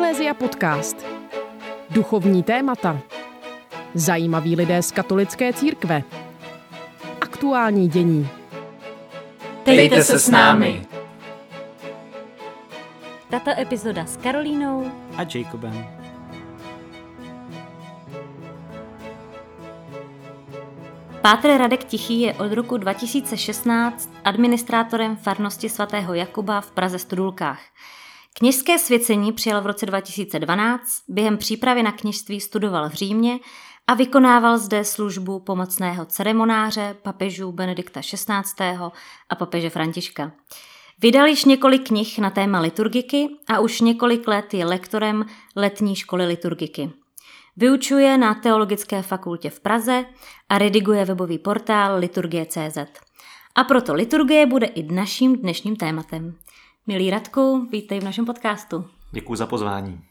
Eklézia podcast. Duchovní témata. Zajímaví lidé z katolické církve. Aktuální dění. Dejte se s námi. Tato epizoda s Karolínou a Jacobem. Pátr Radek Tichý je od roku 2016 administrátorem farnosti svatého Jakuba v Praze Studulkách. Kněžské svěcení přijal v roce 2012, během přípravy na kněžství studoval v Římě a vykonával zde službu pomocného ceremonáře papežů Benedikta XVI. A papeže Františka. Vydal již několik knih na téma liturgiky a už několik let je lektorem letní školy liturgiky. Vyučuje na Teologické fakultě v Praze a rediguje webový portál liturgie.cz. A proto liturgie bude i naším dnešním tématem. Milý Radku, vítej v našem podcastu. Děkuji za pozvání.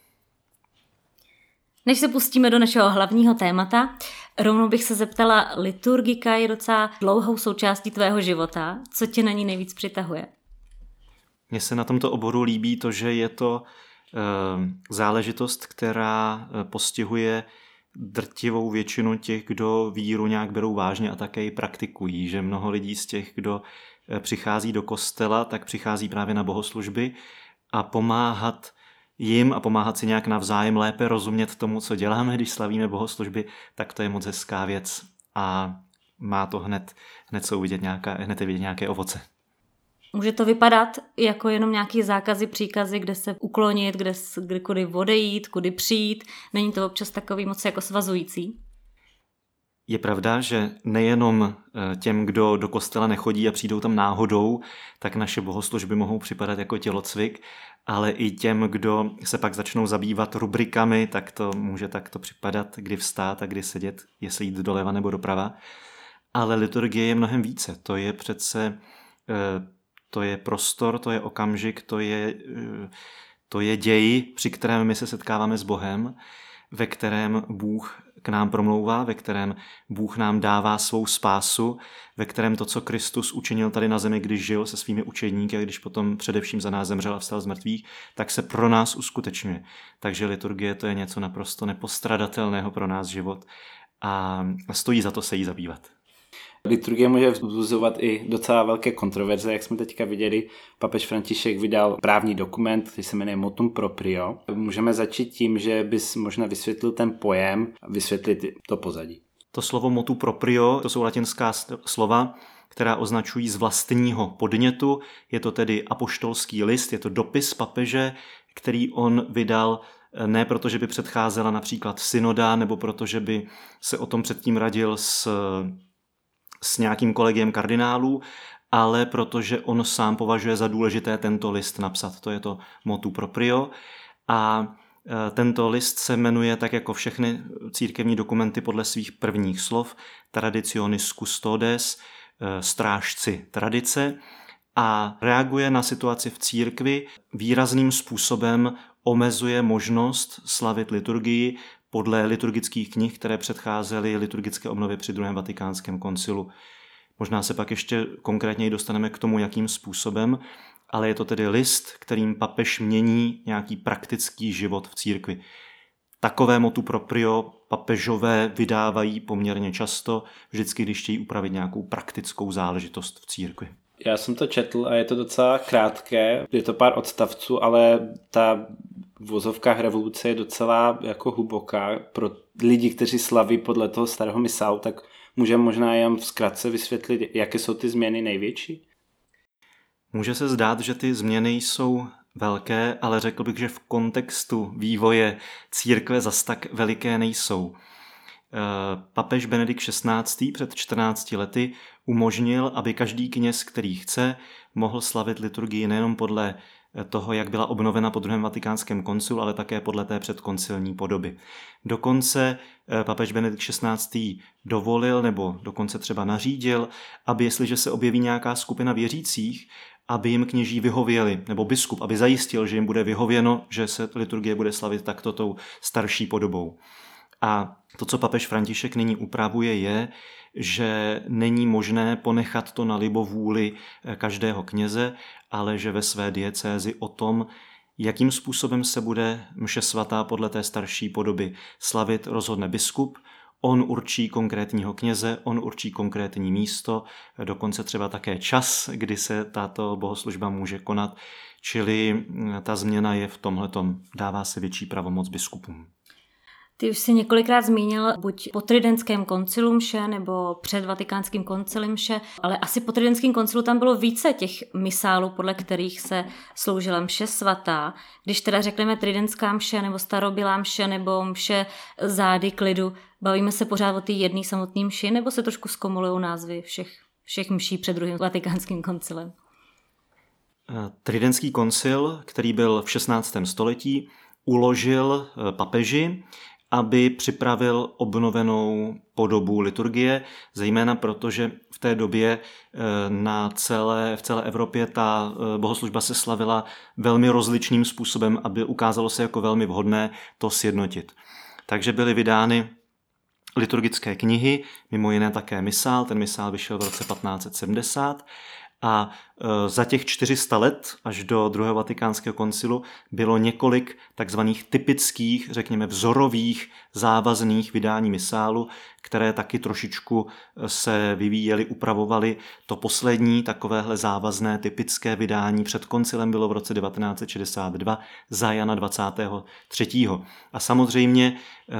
Než se pustíme do našeho hlavního témata, rovnou bych se zeptala, liturgika je docela dlouhou součástí tvého života. Co tě na ní nejvíc přitahuje? Mně se na tomto oboru líbí to, že je to záležitost, která postihuje drtivou většinu těch, kdo víru nějak berou vážně a také ji praktikují. Že mnoho lidí z těch, kdo přichází do kostela, tak přichází právě na bohoslužby a pomáhat jim a pomáhat si nějak navzájem lépe rozumět tomu, co děláme, když slavíme bohoslužby, tak to je moc hezká věc a má to hned vidět nějaké ovoce. Může to vypadat jako jenom nějaký zákazy, příkazy, kde se uklonit, kudy odejít, kudy přijít. Není to občas takový moc jako svazující? Je pravda, že nejenom těm, kdo do kostela nechodí a přijdou tam náhodou, tak naše bohoslužby mohou připadat jako tělocvik, ale i těm, kdo se pak začnou zabývat rubrikami, tak to může takto připadat, kdy vstát a kdy sedět, jestli jít doleva nebo doprava. Ale liturgie je mnohem více. To je přece... To je prostor, to je okamžik, to je děj, při kterém my se setkáváme s Bohem, ve kterém Bůh k nám promlouvá, ve kterém Bůh nám dává svou spásu, ve kterém to, co Kristus učinil tady na zemi, když žil se svými učedníky a když potom především za nás zemřel a vstal z mrtvých, tak se pro nás uskutečňuje. Takže liturgie to je něco naprosto nepostradatelného pro nás život a stojí za to se jí zabývat. Liturgie může vzbuzovat i docela velké kontroverze, jak jsme teďka viděli. Papež František vydal právní dokument, který se jmenuje Motu Proprio. Můžeme začít tím, že bys možná vysvětlil ten pojem a vysvětlit to pozadí. To slovo motu proprio, to jsou latinská slova, která označují z vlastního podnětu. Je to tedy apoštolský list, je to dopis papeže, který on vydal ne proto, že by předcházela například synoda, nebo proto, že by se o tom předtím radil s nějakým kolegiem kardinálů, ale protože on sám považuje za důležité tento list napsat. To je to motu proprio. A tento list se jmenuje, tak jako všechny církevní dokumenty, podle svých prvních slov Traditionis Custodes, strážci tradice, a reaguje na situaci v církvi, výrazným způsobem omezuje možnost slavit liturgii podle liturgických knih, které předcházely liturgické obnově při druhém vatikánském koncilu. Možná se pak ještě konkrétně dostaneme k tomu, jakým způsobem, ale je to tedy list, kterým papež mění nějaký praktický život v církvi. Takové motu proprio papežové vydávají poměrně často, vždycky, když chtějí upravit nějakou praktickou záležitost v církvi. Já jsem to četl a je to docela krátké, je to pár odstavců, ale ta v vozovkách revoluce je docela jako hluboká. Pro lidi, kteří slaví podle toho starého misálu, tak můžeme možná jen v zkratce vysvětlit, jaké jsou ty změny největší? Může se zdát, že ty změny jsou velké, ale řekl bych, že v kontextu vývoje církve zas tak veliké nejsou. Papež Benedikt XVI. Před 14 lety umožnil, aby každý kněz, který chce, mohl slavit liturgii nejenom podle toho, jak byla obnovena po druhém vatikánském koncilu, ale také podle té předkoncilní podoby. Dokonce papež Benedikt XVI. Dovolil, nebo dokonce třeba nařídil, aby jestliže se objeví nějaká skupina věřících, aby jim kněží vyhověli, nebo biskup, aby zajistil, že jim bude vyhověno, že se liturgie bude slavit takto tou starší podobou. A to, co papež František nyní upravuje, je, že není možné ponechat to na libovůli každého kněze, ale že ve své diecézi o tom, Jakým způsobem se bude mše svatá podle té starší podoby slavit, rozhodne biskup. On určí konkrétního kněze, on určí konkrétní místo, dokonce třeba také čas, kdy se tato bohoslužba může konat. Čili ta změna je v tomhletom, dává se větší pravomoc biskupům. Ty už si několikrát zmínil buď po Tridentském koncilu mše nebo před Vatikánským koncilem mše, ale asi po Tridentském koncilu tam bylo více těch misálů, podle kterých se sloužila mše svatá. Když teda řekneme Tridentská mše nebo starobylá mše nebo mše zády klidu, bavíme se pořád o té jedné samotné mši nebo se trošku zkomulují názvy všech mší před druhým Vatikánským koncilem? Tridentský koncil, který byl v 16. století, uložil papeži, aby připravil obnovenou podobu liturgie, zejména protože v té době v celé Evropě ta bohoslužba se slavila velmi rozličným způsobem, aby ukázalo se jako velmi vhodné to sjednotit. Takže byly vydány liturgické knihy, mimo jiné také misál, ten misál vyšel v roce 1570 a za těch 400 let až do druhého Vatikánského koncilu bylo několik takzvaných typických, řekněme vzorových, závazných vydání misálu, které taky trošičku se vyvíjely, upravovaly. To poslední takovéhle závazné typické vydání před koncilem bylo v roce 1962 za Jana 23. A samozřejmě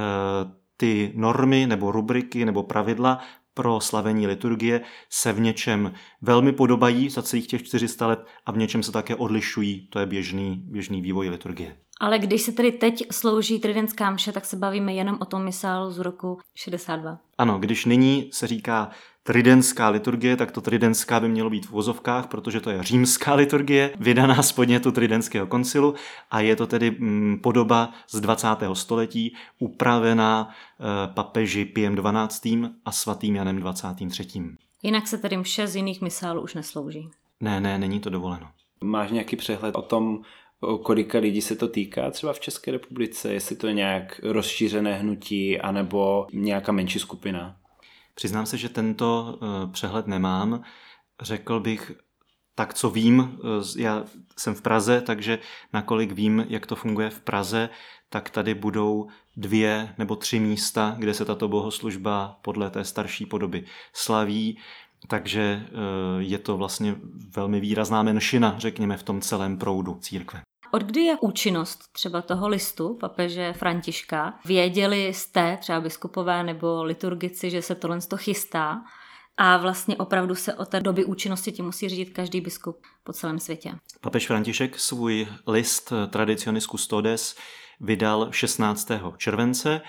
ty normy nebo rubriky nebo pravidla pro slavení liturgie se v něčem velmi podobají za celých těch 400 let a v něčem se také odlišují. To je běžný vývoj liturgie. Ale když se tedy teď slouží tridentská mše, tak se bavíme jenom o tom misálu z roku 62. Ano, když nyní se říká tridentská liturgie, tak to tridentská by mělo být v uvozovkách, protože to je římská liturgie, vydaná z podnětu Tridentského koncilu a je to tedy podoba z 20. století, upravená papeži Piem XII. A svatým Janem 23. Jinak se tedy mše z jiných misálů už neslouží. Ne, není to dovoleno. Máš nějaký přehled o tom, o kolika lidí se to týká třeba v České republice, jestli to je nějak rozšířené hnutí anebo nějaká menší skupina? Přiznám se, že tento přehled nemám. Řekl bych, tak co vím, já jsem v Praze, takže nakolik vím, jak to funguje v Praze, tak tady budou 2 nebo 3 místa, kde se tato bohoslužba podle té starší podoby slaví, takže je to vlastně velmi výrazná menšina, řekněme, v tom celém proudu církve. Od kdy je účinnost třeba toho listu papeže Františka? Věděli jste, třeba biskupové nebo liturgici, že se tohle chystá a vlastně opravdu se od té doby účinnosti tím musí řídit každý biskup po celém světě? Papež František svůj list Traditionis Custodes vydal 16. července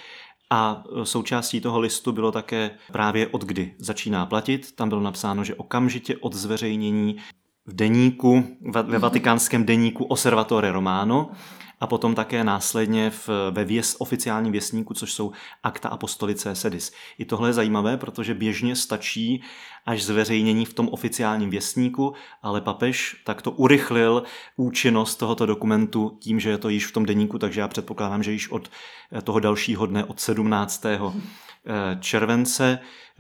a součástí toho listu bylo také právě od kdy začíná platit. Tam bylo napsáno, že okamžitě od zveřejnění v deníku, ve vatikánském deníku Osservatore Romano a potom také následně ve oficiálním věstníku, což jsou Acta Apostolicae Sedis. I tohle je zajímavé, protože běžně stačí až zveřejnění v tom oficiálním věstníku, ale papež takto urychlil účinnost tohoto dokumentu tím, že je to již v tom deníku, takže já předpokládám, že již od toho dalšího dne, od 17. července,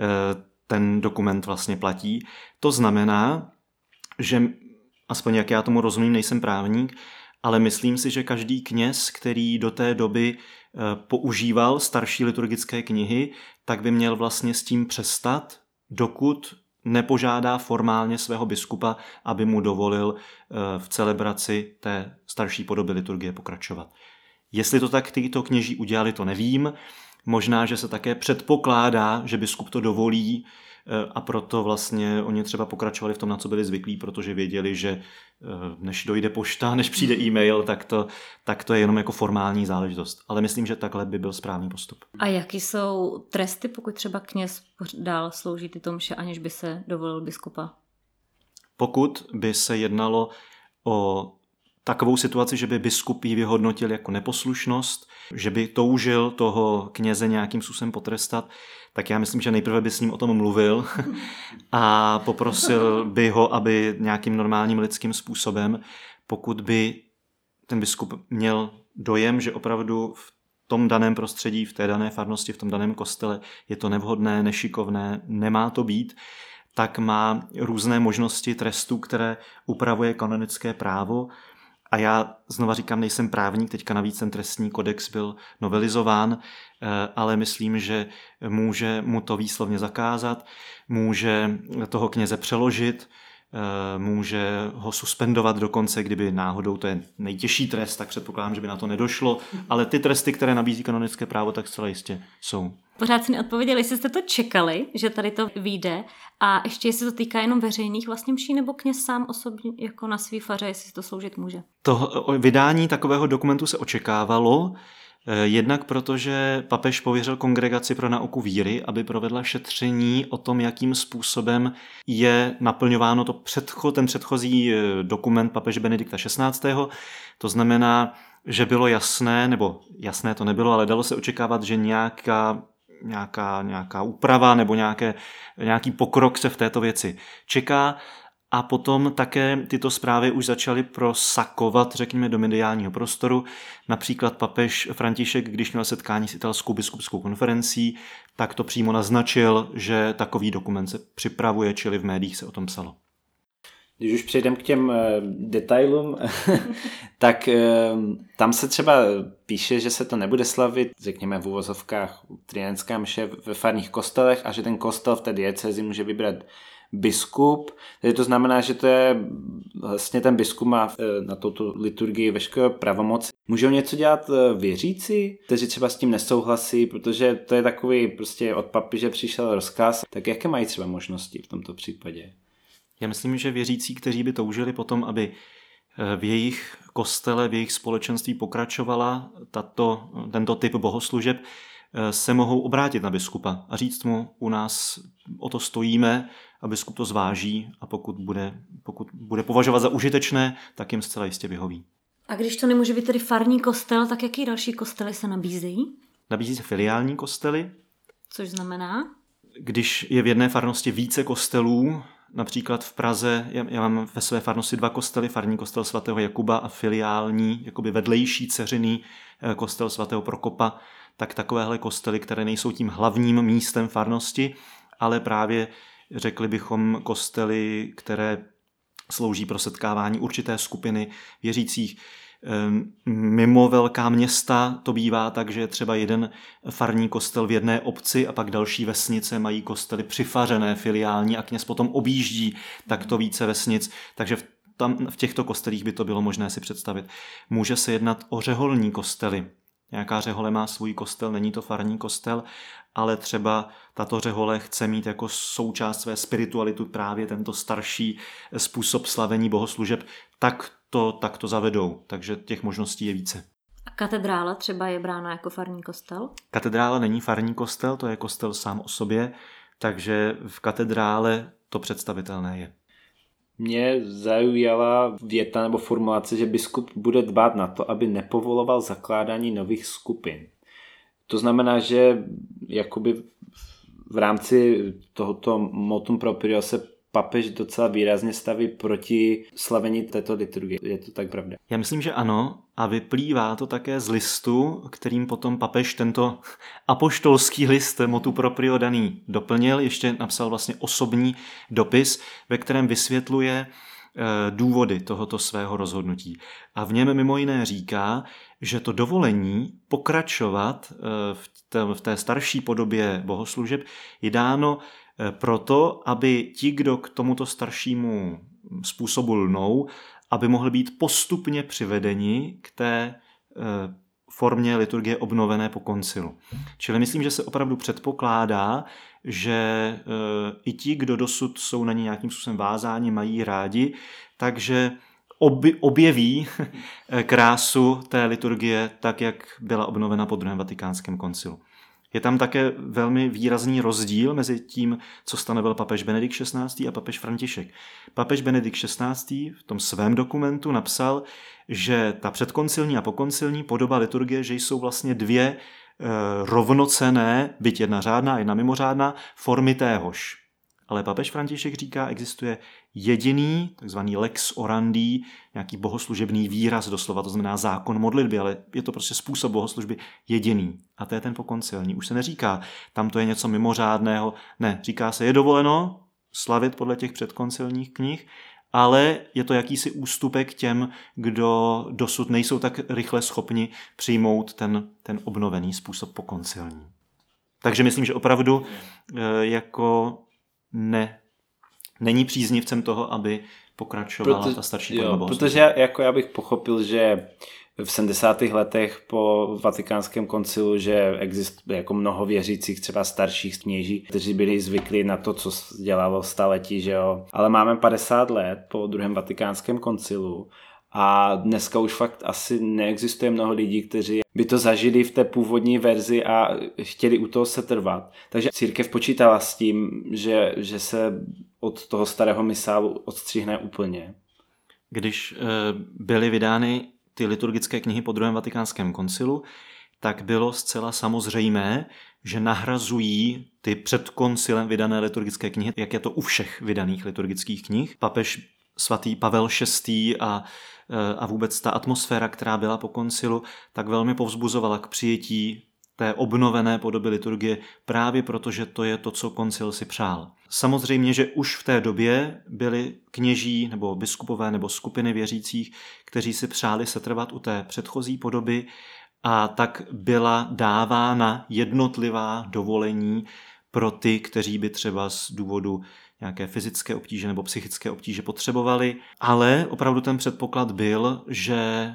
ten dokument vlastně platí. To znamená, že aspoň jak já tomu rozumím, nejsem právník, ale myslím si, že každý kněz, který do té doby používal starší liturgické knihy, tak by měl vlastně s tím přestat, dokud nepožádá formálně svého biskupa, aby mu dovolil v celebraci té starší podoby liturgie pokračovat. Jestli to tak tyto kněží udělali, to nevím. Možná, že se také předpokládá, že biskup to dovolí, a proto vlastně oni třeba pokračovali v tom, na co byli zvyklí, protože věděli, že než dojde pošta, než přijde e-mail, tak to je jenom jako formální záležitost. Ale myslím, že takhle by byl správný postup. A jaký jsou tresty, pokud třeba kněz dál slouží tyto mše, aniž by se dovolil biskupa? Pokud by se jednalo o takovou situaci, že by biskup ji vyhodnotil jako neposlušnost, že by toužil toho kněze nějakým způsobem potrestat, tak já myslím, že nejprve by s ním o tom mluvil a poprosil by ho, aby nějakým normálním lidským způsobem, pokud by ten biskup měl dojem, že opravdu v tom daném prostředí, v té dané farnosti, v tom daném kostele je to nevhodné, nešikovné, nemá to být, tak má různé možnosti trestů, které upravuje kanonické právo A já znova říkám, nejsem právník, teďka navíc ten trestní kodex byl novelizován, ale myslím, že může mu to výslovně zakázat, může toho kněze přeložit, může ho suspendovat dokonce, kdyby náhodou, to je nejtěžší trest, tak předpokládám, že by na to nedošlo, ale ty tresty, které nabízí kanonické právo, tak zcela jistě jsou. Pořád si neodpověděli, jestli jste to čekali, že tady to vyjde, a ještě jestli to týká jenom veřejných vlastně mší, nebo kněz sám osobně jako na svý faře, jestli si to sloužit může. To vydání takového dokumentu se očekávalo, jednak protože papež pověřil Kongregaci pro nauku víry, aby provedla šetření o tom, jakým způsobem je naplňováno ten předchozí dokument papeže Benedikta XVI. To znamená, že bylo jasné, nebo jasné to nebylo, ale dalo se očekávat, že nějaká úprava nebo nějaký pokrok se v této věci čeká. A potom také tyto zprávy už začaly prosakovat, řekněme, do mediálního prostoru. Například papež František, když měl setkání s italskou biskupskou konferencí, tak to přímo naznačil, že takový dokument se připravuje, čili v médiích se o tom psalo. Když už přejdeme k těm detailům, tak tam se třeba píše, že se to nebude slavit, řekněme v uvozovkách tridentská mše ve farních kostelech a že ten kostel v té diecézi může vybrat biskup. Takže to znamená, že to je vlastně ten biskup má na touto liturgii veškeré pravomoci. Můžou něco dělat věřící, kteří třeba s tím nesouhlasí, protože to je takový prostě od papeže přišel rozkaz. Tak jaké mají třeba možnosti v tomto případě? Já myslím, že věřící, kteří by toužili potom, aby v jejich kostele, v jejich společenství pokračovala tento typ bohoslužeb, se mohou obrátit na biskupa a říct mu, u nás o to stojíme a biskup to zváží a pokud bude považovat za užitečné, tak jim zcela jistě vyhoví. A když to nemůže být tedy farní kostel, tak jaký další kostely se nabízejí? Nabízí se filiální kostely. Což znamená? Když je v jedné farnosti více kostelů, například v Praze, já mám ve své farnosti 2 kostely, farní kostel svatého Jakuba a filiální, jakoby vedlejší dceřiný kostel svatého Prokopa, tak takovéhle kostely, které nejsou tím hlavním místem farnosti, ale právě řekli bychom kostely, které slouží pro setkávání určité skupiny věřících. Mimo velká města to bývá tak, že třeba jeden farní kostel v jedné obci a pak další vesnice mají kostely přifařené filiální a kněz potom objíždí takto více vesnic, takže v těchto kostelích by to bylo možné si představit. Může se jednat o řeholní kostely. Nějaká řehole má svůj kostel, není to farní kostel, ale třeba tato řehole chce mít jako součást své spiritualitu právě tento starší způsob slavení bohoslužeb, tak to zavedou, takže těch možností je více. A katedrála třeba je brána jako farní kostel? Katedrála není farní kostel, to je kostel sám o sobě, takže v katedrále to představitelné je. Mě zaujala věta nebo formulace, že biskup bude dbát na to, aby nepovoloval zakládání nových skupin. To znamená, že jakoby v rámci tohoto motum proprio se papež docela výrazně staví proti slavení této liturgie. Je to tak pravda? Já myslím, že ano, a vyplývá to také z listu, kterým potom papež tento apoštolský list motu proprio daný doplnil, ještě napsal vlastně osobní dopis, ve kterém vysvětluje důvody tohoto svého rozhodnutí. A v něm mimo jiné říká, že to dovolení pokračovat v té starší podobě bohoslužeb je dáno proto, aby ti, kdo k tomuto staršímu způsobu lnou, aby mohli být postupně přivedeni k té formě liturgie obnovené po koncilu. Čili myslím, že se opravdu předpokládá, že i ti, kdo dosud jsou na ní nějakým způsobem vázáni, mají rádi, takže objeví krásu té liturgie tak, jak byla obnovena po druhém vatikánském koncilu. Je tam také velmi výrazný rozdíl mezi tím, co stanovil papež Benedikt XVI. A papež František. Papež Benedikt XVI. V tom svém dokumentu napsal, že ta předkoncilní a pokoncilní podoba liturgie, že jsou vlastně 2 rovnocenné, byť jedna řádná a jedna mimořádná, formy téhož. Ale papež František říká, existuje jediný, takzvaný lex orandi, nějaký bohoslužebný výraz doslova, to znamená zákon modlitby, ale je to prostě způsob bohoslužby jediný. A to je ten pokoncilní. Už se neříká, tam to je něco mimořádného. Ne, říká se, je dovoleno slavit podle těch předkoncilních knih, ale je to jakýsi ústupek těm, kdo dosud nejsou tak rychle schopni přijmout ten obnovený způsob pokoncilní. Takže myslím, že opravdu jako není příznivcem toho, aby pokračovala ta starší podoba bohoslužby. Protože já bych pochopil, že v 70. letech po vatikánském koncilu, že existuje jako mnoho věřících, třeba starších kněží, kteří byli zvyklí na to, co dělalo staletí, že jo. Ale máme 50 let po druhém vatikánském koncilu a dneska už fakt asi neexistuje mnoho lidí, kteří by to zažili v té původní verzi a chtěli u toho se trvat. Takže církev počítala s tím, že se od toho starého misálu odstřihne úplně. Když byly vydány ty liturgické knihy po druhém vatikánském koncilu, tak bylo zcela samozřejmé, že nahrazují ty před koncilem vydané liturgické knihy, jak je to u všech vydaných liturgických knih. Papež svatý Pavel VI. A vůbec ta atmosféra, která byla po koncilu, tak velmi povzbuzovala k přijetí té obnovené podoby liturgie právě proto, že to je to, co koncil si přál. Samozřejmě, že už v té době byli kněží nebo biskupové nebo skupiny věřících, kteří si přáli setrvat u té předchozí podoby a tak byla dávána jednotlivá dovolení pro ty, kteří by třeba z důvodu nějaké fyzické obtíže nebo psychické obtíže potřebovali, ale opravdu ten předpoklad byl, že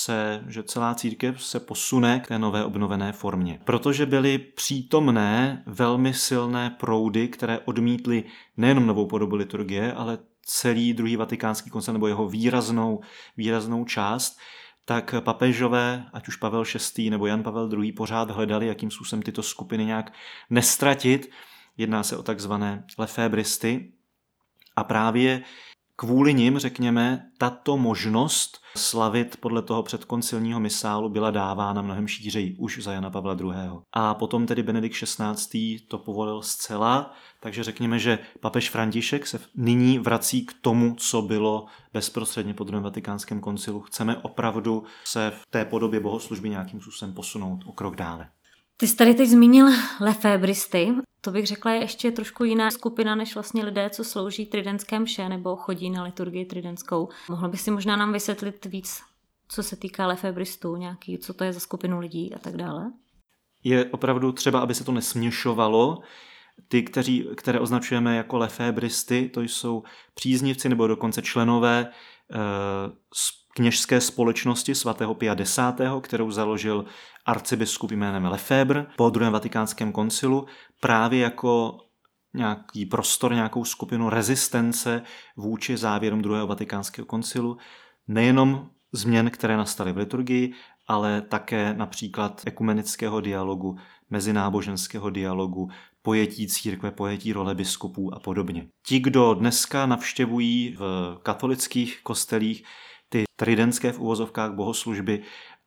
celá církev se posune k té nové obnovené formě. Protože byly přítomné velmi silné proudy, které odmítly nejenom novou podobu liturgie, ale celý druhý vatikánský koncil nebo jeho výraznou část, tak papežové, ať už Pavel VI. Nebo Jan Pavel II. Pořád hledali, jakým způsobem tyto skupiny nějak nestratit. Jedná se o takzvané lefébristy a právě kvůli nim, řekněme, tato možnost slavit podle toho předkoncilního misálu byla dávána mnohem šířeji už za Jana Pavla II. A potom tedy Benedikt XVI. To povolil zcela, takže řekněme, že papež František se nyní vrací k tomu, co bylo bezprostředně po druhém vatikánském koncilu. Chceme opravdu se v té podobě bohoslužby nějakým způsobem posunout o krok dále. Ty jsi tady teď zmínil lefébristy. To bych řekla je ještě trošku jiná skupina než vlastně lidé, co slouží tridentské mše nebo chodí na liturgii tridentskou. Mohla bys si možná nám vysvětlit víc, co se týká lefébristů, co to je za skupinu lidí a tak dále? Je opravdu třeba, aby se to nesměšovalo. Ty, které označujeme jako lefébristy, to jsou příznivci nebo dokonce členové kněžské společnosti svatého Pia X., kterou založil arcibiskup jménem Lefebvre po druhém vatikánském koncilu právě jako nějaký prostor, nějakou skupinu rezistence vůči závěrům druhého vatikánského koncilu. Nejenom změn, které nastaly v liturgii, ale také například ekumenického dialogu, mezináboženského dialogu, pojetí církve, pojetí role biskupů a podobně. Ti, kdo dneska navštěvují v katolických kostelích ty tridentské v uvozovkách bohoslužby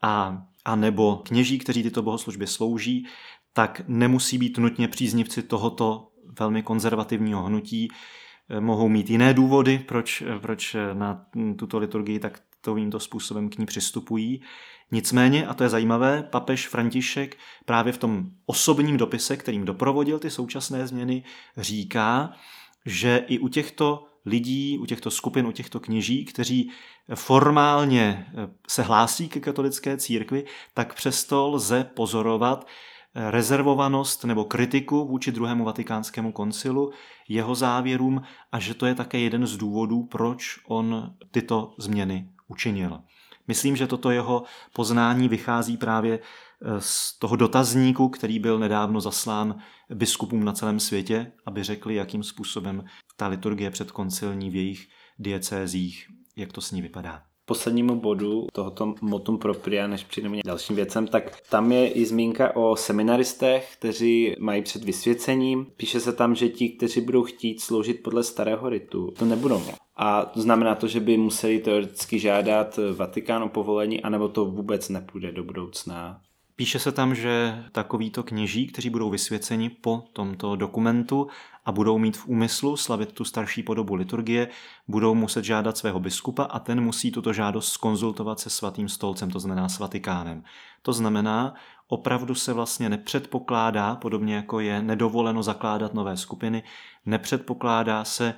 a nebo kněží, kteří tyto bohoslužby slouží, tak nemusí být nutně příznivci tohoto velmi konzervativního hnutí. Mohou mít jiné důvody, proč na tuto liturgii tak tímto způsobem k ní přistupují. Nicméně, a to je zajímavé, papež František právě v tom osobním dopise, kterým doprovodil ty současné změny, říká, že i u těchto lidí, u těchto skupin, u těchto kněží, kteří formálně se hlásí ke katolické církvi, tak přesto lze pozorovat rezervovanost nebo kritiku vůči druhému vatikánskému koncilu, jeho závěrům a že to je také jeden z důvodů, proč on tyto změny učinil. Myslím, že toto jeho poznání vychází právě z toho dotazníku, který byl nedávno zaslán biskupům na celém světě, aby řekli, jakým způsobem ta liturgie předkoncilní v jejich diecézích, jak to s ní vypadá. Poslednímu bodu tohoto motum propria, než přijdeme k dalším věcem, tak tam je i zmínka o seminaristech, kteří mají před vysvěcením. Píše se tam, že ti, kteří budou chtít sloužit podle starého ritu, to nebudou moct. A to znamená to, že by museli teoreticky žádat Vatikán o povolení, anebo to vůbec nepůjde do budoucna. Píše se tam, že takovýto kněží, kteří budou vysvěceni po tomto dokumentu a budou mít v úmyslu slavit tu starší podobu liturgie, budou muset žádat svého biskupa a ten musí tuto žádost zkonzultovat se svatým stolcem, to znamená s Vatikánem. To znamená, opravdu se vlastně nepředpokládá, podobně jako je nedovoleno zakládat nové skupiny, nepředpokládá se,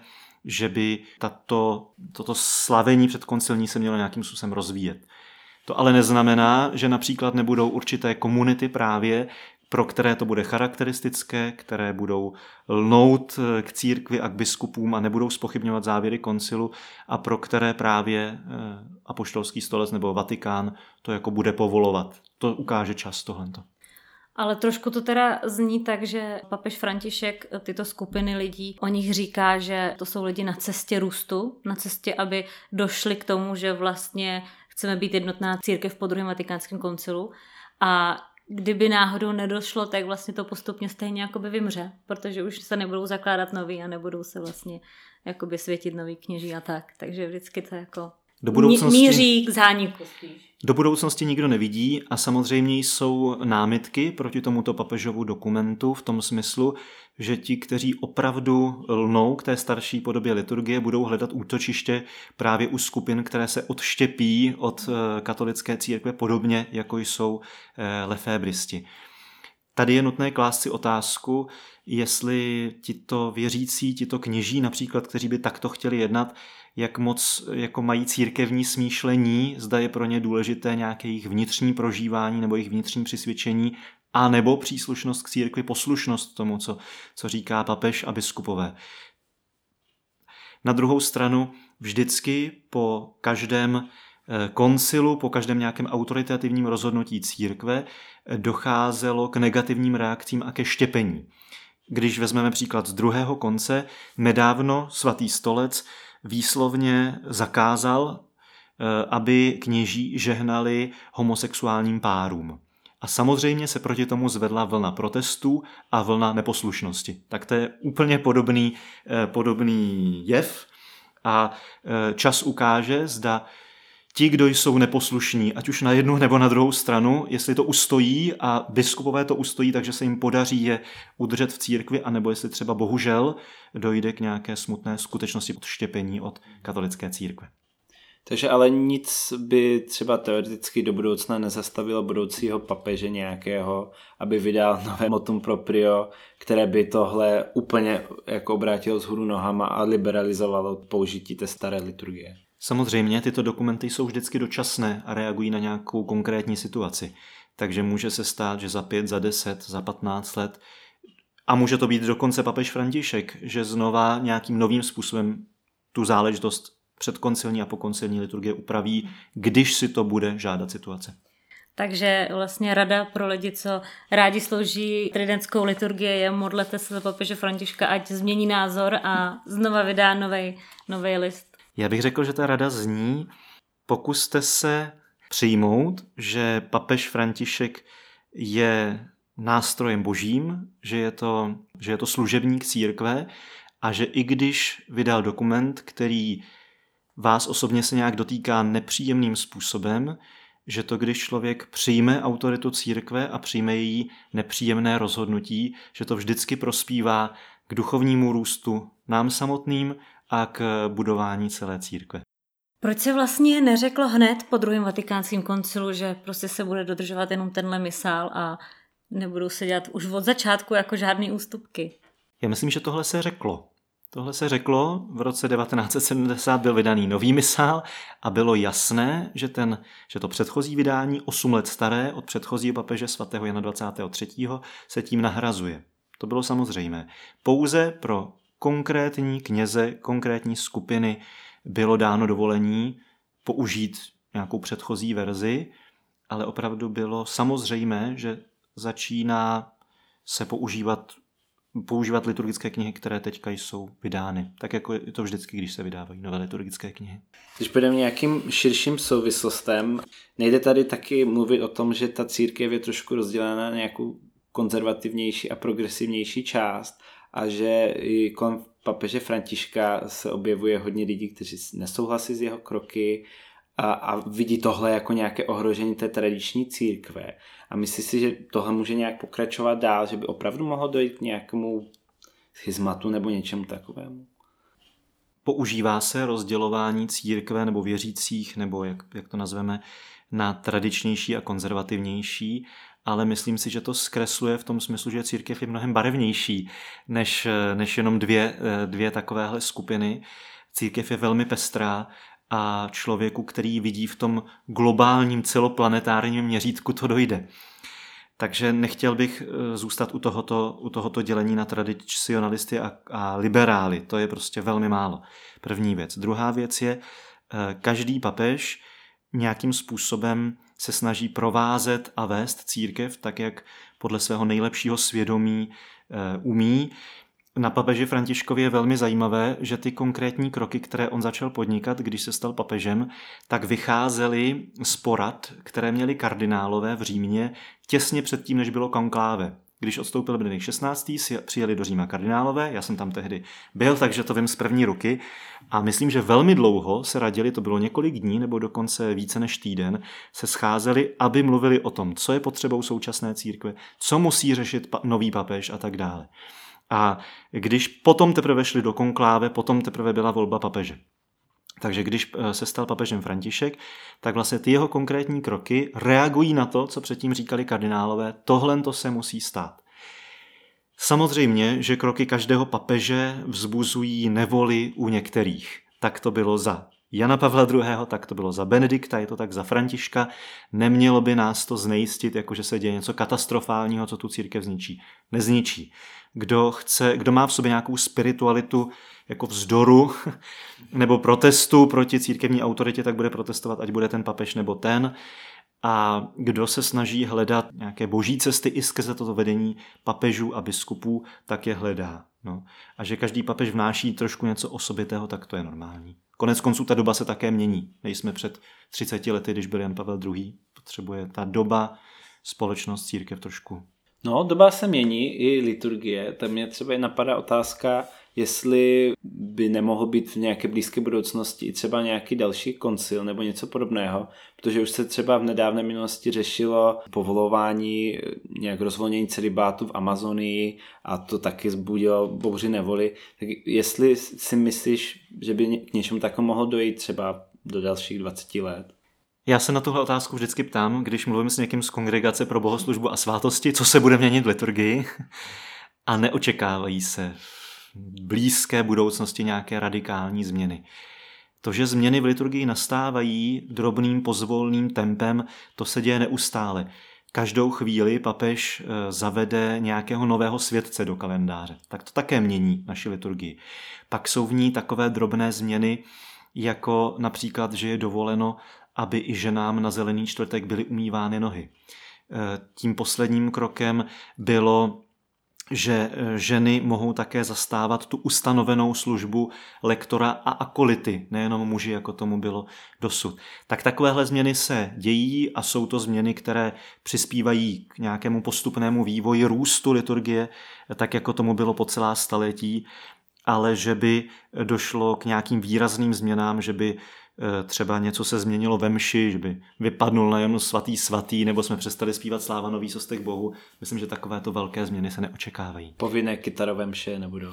že by toto slavení předkoncilní se mělo nějakým způsobem rozvíjet. To ale neznamená, že například nebudou určité komunity právě, pro které to bude charakteristické, které budou lnout k církvi a k biskupům a nebudou zpochybňovat závěry koncilu a pro které právě apoštolský stolec nebo Vatikán to jako bude povolovat. To ukáže čas tohleto. Ale trošku to teda zní tak, že papež František tyto skupiny lidí, o nich říká, že to jsou lidi na cestě růstu, na cestě, aby došli k tomu, že vlastně chceme být jednotná církev po druhém vatikánském koncilu a kdyby náhodou nedošlo, tak vlastně to postupně stejně jakoby vymře, protože už se nebudou zakládat noví a nebudou se vlastně jakoby světit noví kněží a tak. Takže vždycky to jako míří k zániku spíš. Do budoucnosti nikdo nevidí a samozřejmě jsou námitky proti tomuto papežovu dokumentu v tom smyslu, že ti, kteří opravdu lnou k té starší podobě liturgie, budou hledat útočiště právě u skupin, které se odštěpí od katolické církve, podobně jako jsou lefébristi. Tady je nutné klást si otázku, jestli tito věřící, tito kněží například, kteří by takto chtěli jednat, jak moc jako mají církevní smýšlení, zda je pro ně důležité nějaké jejich vnitřní prožívání nebo jejich vnitřní přisvědčení, a nebo příslušnost k církvi, poslušnost tomu, co říká papež a biskupové. Na druhou stranu vždycky po každém koncilu, po každém nějakém autoritativním rozhodnutí církve docházelo k negativním reakcím a ke štěpení. Když vezmeme příklad z druhého konce, nedávno svatý stolec výslovně zakázal, aby kněží žehnali homosexuálním párům. A samozřejmě se proti tomu zvedla vlna protestů a vlna neposlušnosti. Tak to je úplně podobný jev a čas ukáže, zda ti, kdo jsou neposlušní, ať už na jednu nebo na druhou stranu, jestli to ustojí a biskupové to ustojí, takže se jim podaří je udržet v církvi, anebo jestli třeba bohužel dojde k nějaké smutné skutečnosti odštěpení od katolické církve. Takže ale nic by třeba teoreticky do budoucna nezastavilo budoucího papeže nějakého, aby vydal nové motum proprio, které by tohle úplně jako obrátilo vzhůru nohama a liberalizovalo použití té staré liturgie. Samozřejmě tyto dokumenty jsou vždycky dočasné a reagují na nějakou konkrétní situaci. Takže může se stát, že za 5, za 10, za 15 let a může to být dokonce papež František, že znova nějakým novým způsobem tu záležitost předkoncilní a pokoncilní liturgie upraví, když si to bude žádat situace. Takže vlastně rada pro lidi, co rádi slouží tridentskou liturgii, je modlete se za papeže Františka, ať změní názor a znova vydá nový list. Já bych řekl, že ta rada zní, pokuste se přijmout, že papež František je nástrojem božím, že je to služebník církve a že i když vydal dokument, který vás osobně se nějak dotýká nepříjemným způsobem, že to, když člověk přijme autoritu církve a přijme její nepříjemné rozhodnutí, že to vždycky prospívá k duchovnímu růstu nám samotným a k budování celé církve. Proč se vlastně neřeklo hned po druhém vatikánském koncilu, že prostě se bude dodržovat jenom tenhle misál a nebudou se dělat už od začátku jako žádný ústupky? Já myslím, že tohle se řeklo. Tohle se řeklo, v roce 1970 byl vydaný nový misál a bylo jasné, že to předchozí vydání, 8 let staré, od předchozího papeže svatého Jana 23. se tím nahrazuje. To bylo samozřejmé. Pouze pro konkrétní kněze, konkrétní skupiny bylo dáno dovolení použít nějakou předchozí verzi, ale opravdu bylo samozřejmé, že začíná se používat liturgické knihy, které teďka jsou vydány. Tak jako je to vždycky, když se vydávají nové liturgické knihy. Když půjdeme nějakým širším souvislostem, nejde tady taky mluvit o tom, že ta církev je trošku rozdělena na nějakou konzervativnější a progresivnější část a že i kolem papeže Františka se objevuje hodně lidí, kteří nesouhlasí s jeho kroky a vidí tohle jako nějaké ohrožení té tradiční církve. A myslí si, že tohle může nějak pokračovat dál, že by opravdu mohlo dojít k nějakému schizmatu nebo něčemu takovému? Používá se rozdělování církve nebo věřících, nebo jak to nazveme, na tradičnější a konzervativnější. ale myslím si, že to zkresluje v tom smyslu, že církev je mnohem barevnější než jenom dvě takovéhle skupiny. Církev je velmi pestrá a člověku, který vidí v tom globálním celoplanetárním měřítku, to dojde. Takže nechtěl bych zůstat u tohoto dělení na tradicionalisty a liberály. To je prostě velmi málo. První věc. Druhá věc je, každý papež nějakým způsobem se snaží provázet a vést církev tak, jak podle svého nejlepšího svědomí umí. Na papeži Františkovi je velmi zajímavé, že ty konkrétní kroky, které on začal podnikat, když se stal papežem, tak vycházely z porad, které měli kardinálové v Římě těsně předtím, než bylo konkláve. Když odstoupil Benedikt XVI, přijeli do Říma kardinálové, já jsem tam tehdy byl, takže to vím z první ruky a myslím, že velmi dlouho se radili, to bylo několik dní nebo dokonce více než týden, se scházeli, aby mluvili o tom, co je potřebou současné církve, co musí řešit nový papež a tak dále. A když potom teprve šli do konkláve, potom teprve byla volba papeže. Takže když se stal papežem František, tak vlastně ty jeho konkrétní kroky reagují na to, co předtím říkali kardinálové, tohle to se musí stát. Samozřejmě, že kroky každého papeže vzbuzují nevoli u některých. Tak to bylo za Jana Pavla II., tak to bylo za Benedikta, je to tak za Františka. Nemělo by nás to znejistit, jakože se děje něco katastrofálního, co tu církev zničí. Nezničí. Kdo má v sobě nějakou spiritualitu jako vzdoru nebo protestu proti církevní autoritě, tak bude protestovat, ať bude ten papež nebo ten. A kdo se snaží hledat nějaké boží cesty i skrze toto vedení papežů a biskupů, tak je hledá. No. A že každý papež vnáší trošku něco osobitého, tak to je normální. Konec konců ta doba se také mění. Nejsme před 30 lety, když byl Jan Pavel II. Potřebuje ta doba, společnost, církev trošku. No, doba se mění, i liturgie. Tam mě třeba napadá otázka, jestli by nemohl být v nějaké blízké budoucnosti i třeba nějaký další koncil nebo něco podobného, protože už se třeba v nedávné minulosti řešilo povolování nějak rozvolnění celibátu v Amazonii a to taky vzbudilo bouři nevoli. Tak jestli si myslíš, že by k něčemu takovému mohlo dojít třeba do dalších 20 let? Já se na tuhle otázku vždycky ptám, když mluvím s někým z Kongregace pro bohoslužbu a svátosti, co se bude měnit v liturgii, a neočekávají se v blízké budoucnosti nějaké radikální změny. To, že změny v liturgii nastávají drobným pozvolným tempem, to se děje neustále. Každou chvíli papež zavede nějakého nového světce do kalendáře. Tak to také mění naši liturgii. Pak jsou v ní takové drobné změny, jako například, že je dovoleno, aby i ženám na Zelený čtvrtek byly umývány nohy. Tím posledním krokem bylo, že ženy mohou také zastávat tu ustanovenou službu lektora a akolity, nejenom muži, jako tomu bylo dosud. Tak takovéhle změny se dějí a jsou to změny, které přispívají k nějakému postupnému vývoji růstu liturgie, tak jako tomu bylo po celá staletí, ale že by došlo k nějakým výrazným změnám, že by třeba něco se změnilo ve mši, že by vypadnul najednou svatý, nebo jsme přestali zpívat Sláva nový sostek Bohu. Myslím, že takovéto velké změny se neočekávají. Povinné kytarové mše nebudou.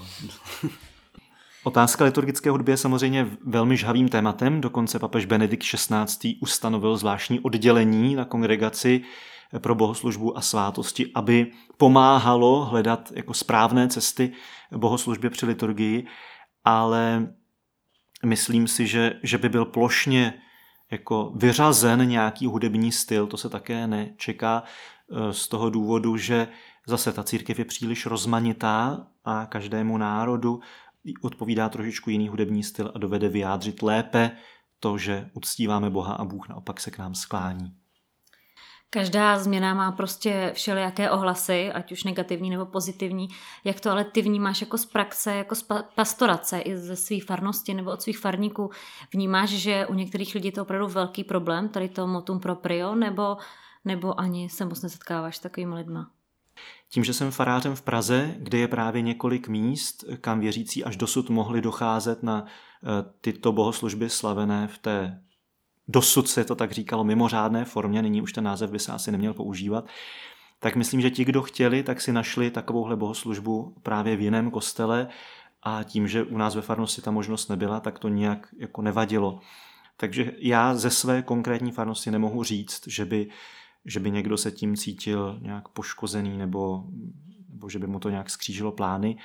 Otázka liturgické hudby je samozřejmě velmi žhavým tématem. Dokonce papež Benedikt XVI. Ustanovil zvláštní oddělení na Kongregaci pro bohoslužbu a svátosti, aby pomáhalo hledat jako správné cesty bohoslužbě při liturgii, ale myslím si, že by byl plošně jako vyřazen nějaký hudební styl, to se také nečeká z toho důvodu, že zase ta církev je příliš rozmanitá a každému národu odpovídá trošičku jiný hudební styl a dovede vyjádřit lépe to, že uctíváme Boha a Bůh naopak se k nám sklání. Každá změna má prostě všelijaké ohlasy, ať už negativní nebo pozitivní. Jak to ale ty vnímáš jako z praxe, jako z pastorace i ze svých farnosti nebo od svých farníků? Vnímáš, že u některých lidí je to opravdu velký problém, tady to motum proprio, nebo ani se moc nesetkáváš s takovými lidma? Tím, že jsem farářem v Praze, kde je právě několik míst, kam věřící až dosud mohli docházet na tyto bohoslužby slavené v té dosud se to tak říkalo mimořádné formě, nyní už ten název by se asi neměl používat, tak myslím, že ti, kdo chtěli, tak si našli takovouhle bohoslužbu právě v jiném kostele a tím, že u nás ve farnosti ta možnost nebyla, tak to nijak jako nevadilo. Takže já ze své konkrétní farnosti nemohu říct, že by že by někdo se tím cítil nějak poškozený nebo že by mu to nějak skřížilo plány.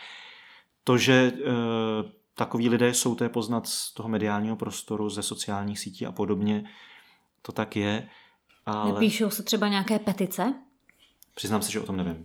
To, že takoví lidé jsou, to je poznat z toho mediálního prostoru, ze sociálních sítí a podobně, to tak je. Ale... Nepíšou se třeba nějaké petice? Přiznám se, že o tom nevím.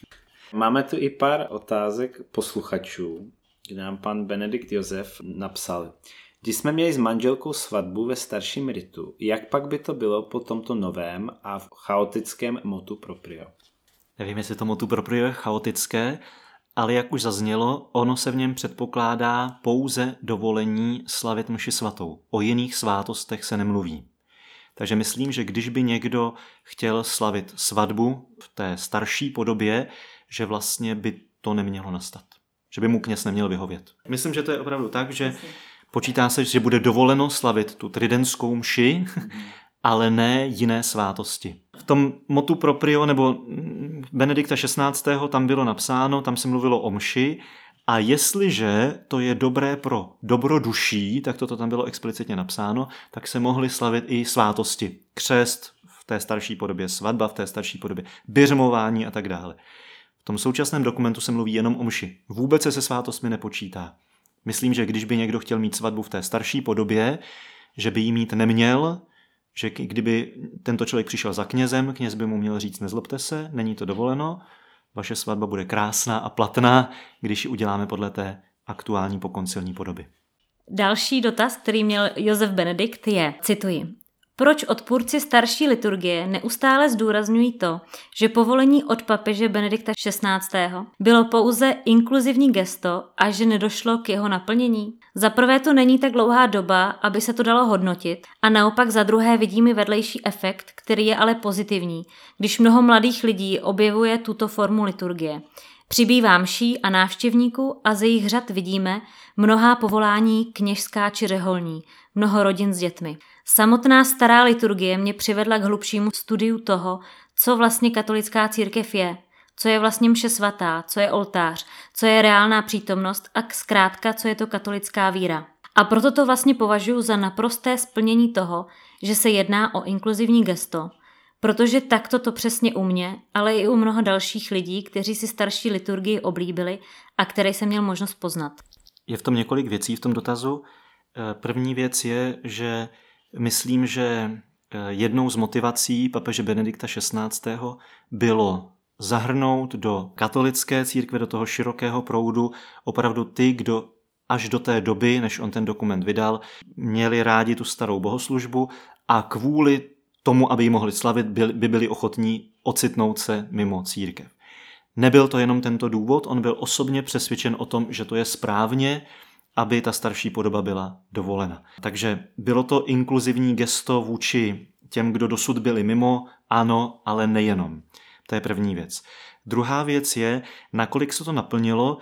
Máme tu i pár otázek posluchačů, kde nám pan Benedikt Josef napsal. Když jsme měli s manželkou svatbu ve starším ritu, jak pak by to bylo po tomto novém a chaotickém motu proprio? Nevím, jestli to motu proprio je chaotické, ale jak už zaznělo, ono se v něm předpokládá pouze dovolení slavit mši svatou. O jiných svátostech se nemluví. Takže myslím, že když by někdo chtěl slavit svatbu v té starší podobě, že vlastně by to nemělo nastat. Že by mu kněz neměl vyhovět. Myslím, že to je opravdu tak, že počítá se, že bude dovoleno slavit tu tridentskou mši, ale ne jiné svátosti. V tom motu proprio nebo Benedikta XVI. Tam bylo napsáno, tam se mluvilo o mši a jestliže to je dobré pro dobro duší, tak toto tam bylo explicitně napsáno, tak se mohly slavit i svátosti. Křest v té starší podobě, svatba v té starší podobě, biřmování a tak dále. V tom současném dokumentu se mluví jenom o mši. Vůbec se svátostmi nepočítá. Myslím, že když by někdo chtěl mít svatbu v té starší podobě, že by ji mít neměl, že kdyby tento člověk přišel za knězem, kněz by mu měl říct, nezlobte se, není to dovoleno, vaše svatba bude krásná a platná, když ji uděláme podle té aktuální pokoncilní podoby. Další dotaz, který měl Josef Benedikt je, cituji, proč odpůrci starší liturgie neustále zdůrazňují to, že povolení od papeže Benedikta XVI. Bylo pouze inkluzivní gesto a že nedošlo k jeho naplnění? Za prvé to není tak dlouhá doba, aby se to dalo hodnotit a naopak za druhé vidíme vedlejší efekt, který je ale pozitivní, když mnoho mladých lidí objevuje tuto formu liturgie. Přibývá mší a návštěvníků a ze jejich řad vidíme mnohá povolání kněžská či řeholní, mnoho rodin s dětmi. Samotná stará liturgie mě přivedla k hlubšímu studiu toho, co vlastně katolická církev je, co je vlastně mše svatá, co je oltář, co je reálná přítomnost a zkrátka, co je to katolická víra. A proto to vlastně považuji za naprosté splnění toho, že se jedná o inkluzivní gesto, protože takto to přesně u mě, ale i u mnoha dalších lidí, kteří si starší liturgii oblíbili a které jsem měl možnost poznat. Je v tom několik věcí v tom dotazu. První věc je, že myslím, že jednou z motivací papeže Benedikta XVI. Bylo zahrnout do katolické církve, do toho širokého proudu opravdu ty, kdo až do té doby, než on ten dokument vydal, měli rádi tu starou bohoslužbu a kvůli tomu, aby ji mohli slavit, by byli ochotní ocitnout se mimo církev. Nebyl to jenom tento důvod, on byl osobně přesvědčen o tom, že to je správně, aby ta starší podoba byla dovolena. Takže bylo to inkluzivní gesto vůči těm, kdo dosud byli mimo, ano, ale nejenom. To je první věc. Druhá věc je, nakolik se to naplnilo,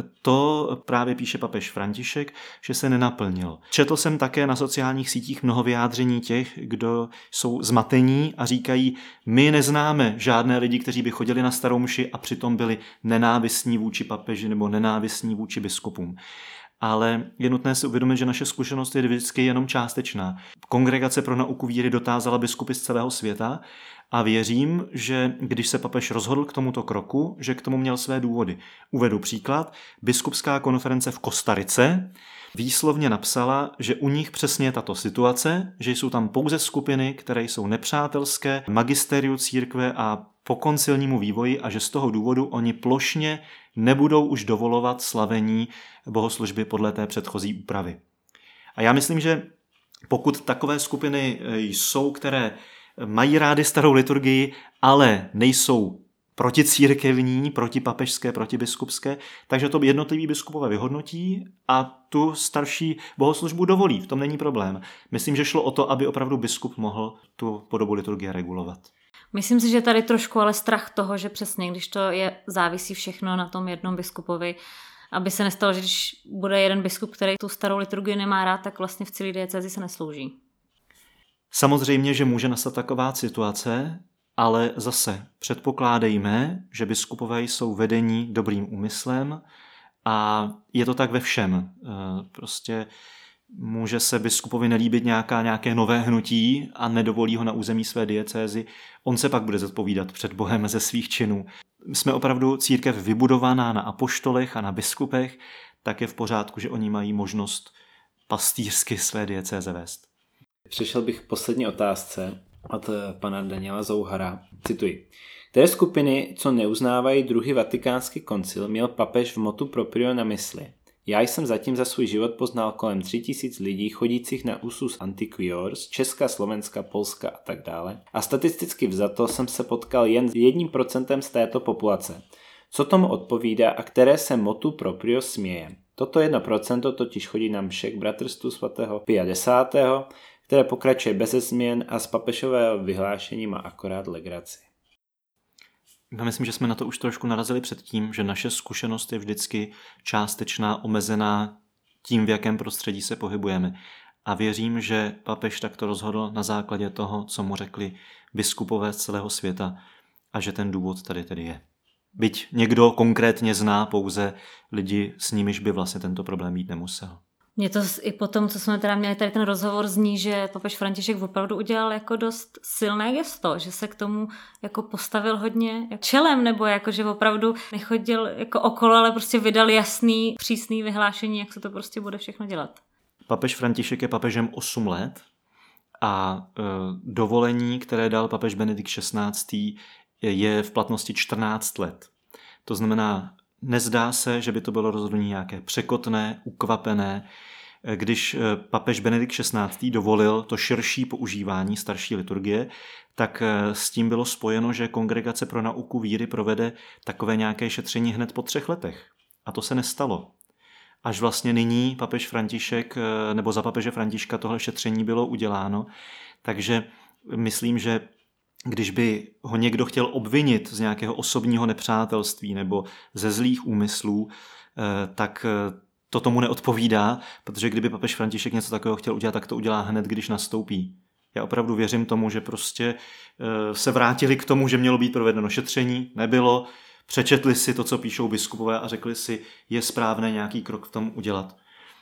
to právě píše papež František, že se nenaplnilo. Četl jsem také na sociálních sítích mnoho vyjádření těch, kdo jsou zmatení a říkají, my neznáme žádné lidi, kteří by chodili na starou mši a přitom byli nenávistní vůči papeži nebo nenávistní vůči biskupům. Ale je nutné si uvědomit, že naše zkušenost je vždycky jenom částečná. Kongregace pro nauku víry dotázala biskupy z celého světa a věřím, že když se papež rozhodl k tomuto kroku, že k tomu měl své důvody. Uvedu příklad. Biskupská konference v Kostarice výslovně napsala, že u nich přesně je tato situace, že jsou tam pouze skupiny, které jsou nepřátelské magisteriu církve a po koncilnímu vývoji a že z toho důvodu oni plošně nebudou už dovolovat slavení bohoslužby podle té předchozí úpravy. A já myslím, že pokud takové skupiny jsou, které mají rády starou liturgii, ale nejsou proticírkevní, protipapežské, protibiskupské, takže to jednotliví biskupové vyhodnotí a tu starší bohoslužbu dovolí. V tom není problém. Myslím, že šlo o to, aby opravdu biskup mohl tu podobu liturgie regulovat. Myslím si, že tady trošku ale strach toho, že přesně, když to je, závisí všechno na tom jednom biskupovi, aby se nestalo, že když bude jeden biskup, který tu starou liturgii nemá rád, tak vlastně v celé diecézi se neslouží. Samozřejmě, že může nastat taková situace, ale zase předpokládejme, že biskupové jsou vedení dobrým úmyslem a je to tak ve všem. Prostě může se biskupovi nelíbit nějaké nové hnutí a nedovolí ho na území své diecézy, on se pak bude zodpovídat před Bohem ze svých činů. Jsme opravdu církev vybudovaná na apoštolech a na biskupech, tak je v pořádku, že oni mají možnost pastýřsky své diecéze vést. Přešel bych k poslední otázce od pana Daniela Zouhara. Cituji. Které skupiny, co neuznávají druhý vatikánský koncil, měl papež v motu proprio na mysli? Já jsem zatím za svůj život poznal kolem 3000 lidí chodících na usus antiquior z Česka, Slovenska, Polska a tak dále. A statisticky vzato jsem se potkal jen s 1% z této populace. Co tomu odpovídá a které se motu proprio směje? Toto 1% totiž chodí na mše k bratrstvu svatého Pia X., které pokračuje beze změn a z papežového vyhlášení má akorát legraci. Já myslím, že jsme na to už trošku narazili předtím, že naše zkušenost je vždycky částečná, omezená tím, v jakém prostředí se pohybujeme. A věřím, že papež takto rozhodl na základě toho, co mu řekli biskupové z celého světa a že ten důvod tady tedy je. Byť někdo konkrétně zná pouze lidi, s nimiž by vlastně tento problém mít nemusel. Mně to i po tom, co jsme teda měli tady ten rozhovor, zní, že papež František opravdu udělal jako dost silné gesto, že se k tomu jako postavil hodně čelem, nebo jako, že opravdu nechodil jako okolo, ale prostě vydal jasný, přísný vyhlášení, jak se to prostě bude všechno dělat. Papež František je papežem 8 let a dovolení, které dal papež Benedikt XVI, je v platnosti 14 let. To znamená, nezdá se, že by to bylo rozhodnutí nějaké překotné, ukvapené. Když papež Benedikt XVI. Dovolil to širší používání starší liturgie, tak s tím bylo spojeno, že Kongregace pro nauku víry provede takové nějaké šetření hned po 3 letech. A to se nestalo. Až vlastně nyní papež František, nebo za papeže Františka tohle šetření bylo uděláno. Takže myslím, že když by ho někdo chtěl obvinit z nějakého osobního nepřátelství nebo ze zlých úmyslů, tak to tomu neodpovídá, protože kdyby papež František něco takového chtěl udělat, tak to udělá hned, když nastoupí. Já opravdu věřím tomu, že prostě se vrátili k tomu, že mělo být provedeno šetření, nebylo, přečetli si to, co píšou biskupové a řekli si, je správné nějaký krok v tom udělat.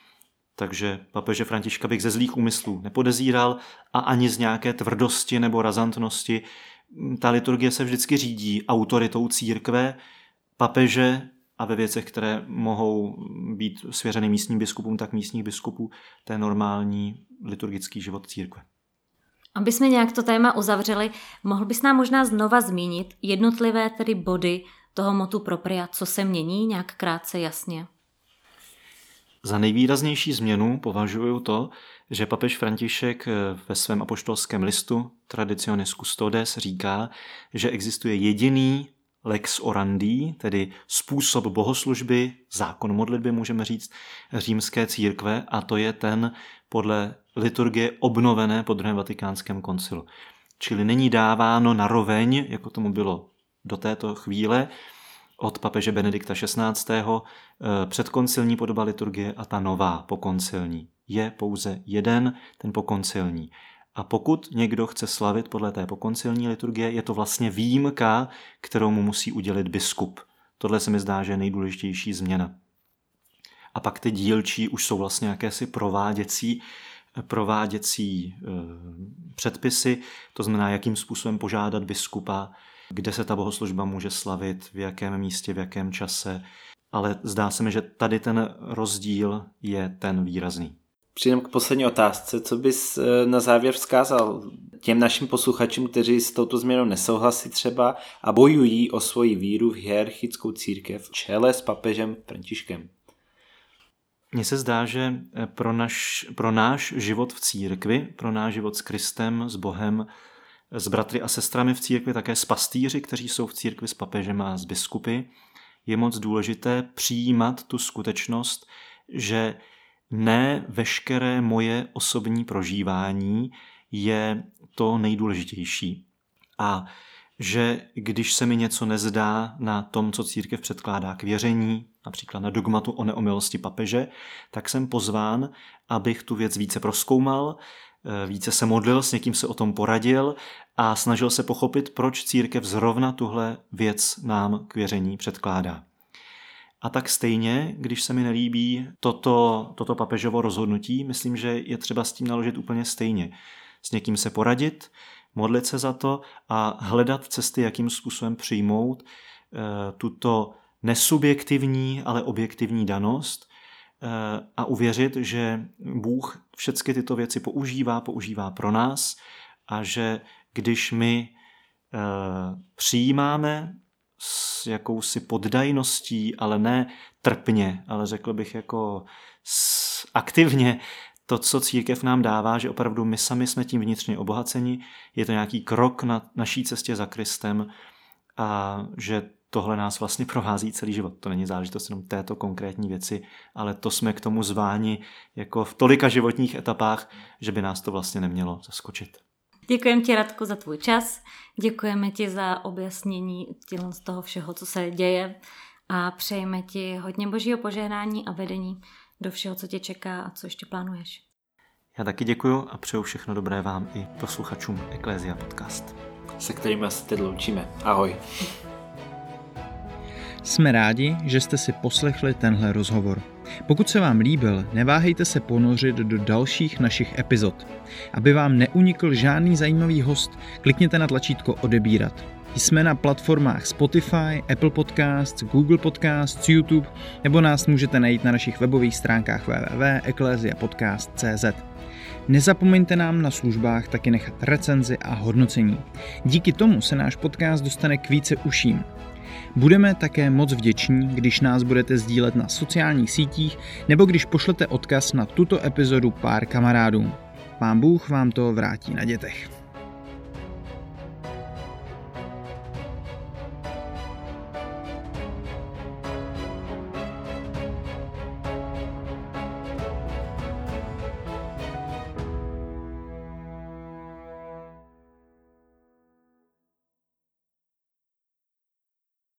Takže papeže Františka bych ze zlých úmyslů nepodezíral a ani z nějaké tvrdosti nebo razantnosti. Ta liturgie se vždycky řídí autoritou církve, papeže a ve věcech, které mohou být svěřeny místním biskupům, tak místních biskupů, to je normální liturgický život církve. Aby jsme nějak to téma uzavřeli, mohl bys nám možná znova zmínit jednotlivé tedy body toho motu propria, co se mění nějak krátce jasně? Za nejvýraznější změnu považuji to, že papež František ve svém apoštolském listu Traditionis Custodes říká, že existuje jediný lex orandi, tedy způsob bohoslužby, zákon modlitby, můžeme říct, římské církve, a to je ten podle liturgie obnovené po druhém vatikánském koncilu. Čili není dáváno naroveň, jako tomu bylo do této chvíle, od papeže Benedikta XVI. Předkoncilní podoba liturgie a ta nová pokoncilní. Je pouze jeden, ten pokoncilní. A pokud někdo chce slavit podle té pokoncilní liturgie, je to vlastně výjimka, kterou mu musí udělit biskup. Tohle se mi zdá, že je nejdůležitější změna. A pak ty dílčí už jsou vlastně jakési prováděcí předpisy, to znamená, jakým způsobem požádat biskupa, kde se ta bohoslužba může slavit, v jakém místě, v jakém čase. Ale zdá se mi, že tady ten rozdíl je ten výrazný. Přijdem k poslední otázce. Co bys na závěr vzkázal těm našim posluchačům, kteří s touto změnou nesouhlasí třeba a bojují o svoji víru v hierarchickou církev v čele s papežem Františkem? Mně se zdá, že pro náš život v církvi, pro náš život s Kristem, s Bohem, s bratry a sestrami v církvi, také s pastýři, kteří jsou v církvi s papežem a s biskupy, je moc důležité přijímat tu skutečnost, že ne veškeré moje osobní prožívání je to nejdůležitější. A že když se mi něco nezdá na tom, co církev předkládá k věření, například na dogmatu o neomylosti papeže, tak jsem pozván, abych tu věc více prozkoumal, více se modlil, s někým se o tom poradil a snažil se pochopit, proč církev zrovna tuhle věc nám k věření předkládá. A tak stejně, když se mi nelíbí toto papežovo rozhodnutí, myslím, že je třeba s tím naložit úplně stejně. S někým se poradit, modlit se za to a hledat cesty, jakým způsobem přijmout tuto nesubjektivní, ale objektivní danost a uvěřit, že Bůh všechny tyto věci používá pro nás a že když my přijímáme s jakousi poddajností, ale ne trpně, ale řekl bych jako aktivně to, co církev nám dává, že opravdu my sami jsme tím vnitřně obohaceni, je to nějaký krok na naší cestě za Kristem a že tohle nás vlastně provází celý život. To není záležitost jenom této konkrétní věci, ale to jsme k tomu zváni jako v tolika životních etapách, že by nás to vlastně nemělo zaskočit. Děkujeme ti, Radku, za tvůj čas. Děkujeme ti za objasnění z toho všeho, co se děje a přejeme ti hodně božího požehnání a vedení do všeho, co tě čeká a co ještě plánuješ. Já taky děkuju a přeju všechno dobré vám i posluchačům Ecclesia Podcast. Se kterými se teď loučíme. Ahoj. Jsme rádi, že jste si poslechli tenhle rozhovor. Pokud se vám líbil, neváhejte se ponořit do dalších našich epizod. Aby vám neunikl žádný zajímavý host, klikněte na tlačítko odebírat. Jsme na platformách Spotify, Apple Podcasts, Google Podcasts, YouTube nebo nás můžete najít na našich webových stránkách www.ecclesiapodcast.cz. Nezapomeňte nám na službách taky nechat recenzi a hodnocení. Díky tomu se náš podcast dostane k více uším. Budeme také moc vděční, když nás budete sdílet na sociálních sítích nebo když pošlete odkaz na tuto epizodu pár kamarádům. Pán Bůh vám to vrátí na dětech.